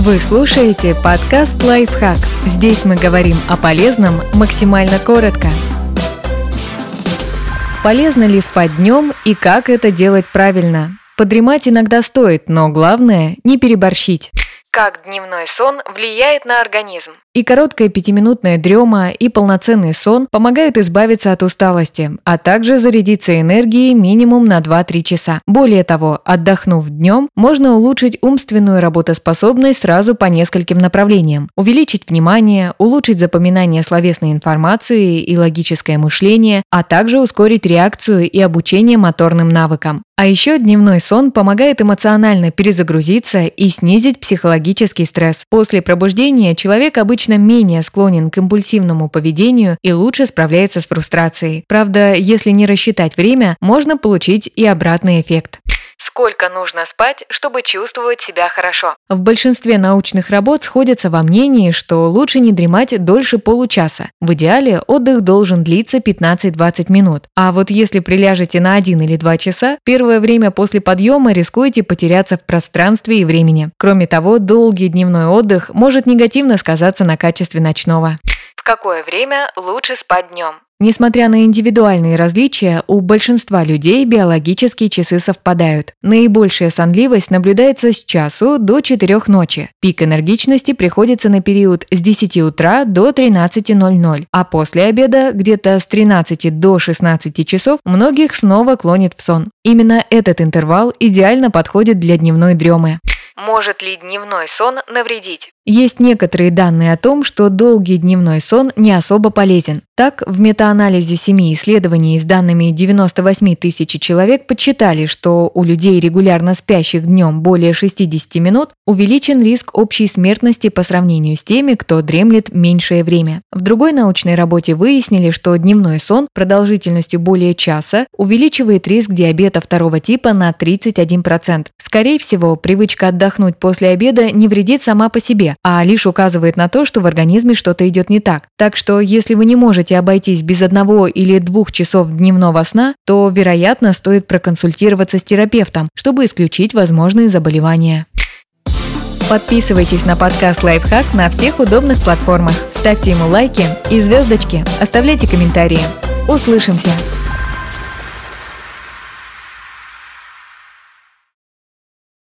Вы слушаете подкаст «Лайфхак». Здесь мы говорим о полезном максимально коротко. Полезно ли спать днем и как это делать правильно? Подремать иногда стоит, но главное – не переборщить. Как дневной сон влияет на организм? И короткая 5-минутная дрема, и полноценный сон помогают избавиться от усталости, а также зарядиться энергией минимум на 2-3 часа. Более того, отдохнув днем, можно улучшить умственную работоспособность сразу по нескольким направлениям. Увеличить внимание, улучшить запоминание словесной информации и логическое мышление, а также ускорить реакцию и обучение моторным навыкам. А еще дневной сон помогает эмоционально перезагрузиться и снизить психологический стресс. После пробуждения человек обычно менее склонен к импульсивному поведению и лучше справляется с фрустрацией. Правда, если не рассчитать время, можно получить и обратный эффект. Сколько нужно спать, чтобы чувствовать себя хорошо? В большинстве научных работ сходятся во мнении, что лучше не дремать дольше получаса. В идеале отдых должен длиться 15-20 минут. А вот если приляжете на 1 или 2 часа, первое время после подъема рискуете потеряться в пространстве и времени. Кроме того, долгий дневной отдых может негативно сказаться на качестве ночного. В какое время лучше спать днем? Несмотря на индивидуальные различия, у большинства людей биологические часы совпадают. Наибольшая сонливость наблюдается с часу до 4 ночи. Пик энергичности приходится на период с 10 утра до 13:00, а после обеда где-то с 13 до 16 часов многих снова клонит в сон. Именно этот интервал идеально подходит для дневной дремы. Может ли дневной сон навредить? Есть некоторые данные о том, что долгий дневной сон не особо полезен. Так, в метаанализе 7 исследований с данными 98 тысяч человек подсчитали, что у людей, регулярно спящих днем более 60 минут, увеличен риск общей смертности по сравнению с теми, кто дремлет меньшее время. В другой научной работе выяснили, что дневной сон продолжительностью более часа увеличивает риск диабета 2 типа на 31%. Скорее всего, привычка отдохнуть после обеда не вредит сама по себе, а лишь указывает на то, что в организме что-то идет не так. Так что, если вы не можете обойтись без 1 или 2 часов дневного сна, то, вероятно, стоит проконсультироваться с терапевтом, чтобы исключить возможные заболевания. Подписывайтесь на подкаст «Лайфхак» на всех удобных платформах, ставьте ему лайки и звездочки, оставляйте комментарии. Услышимся!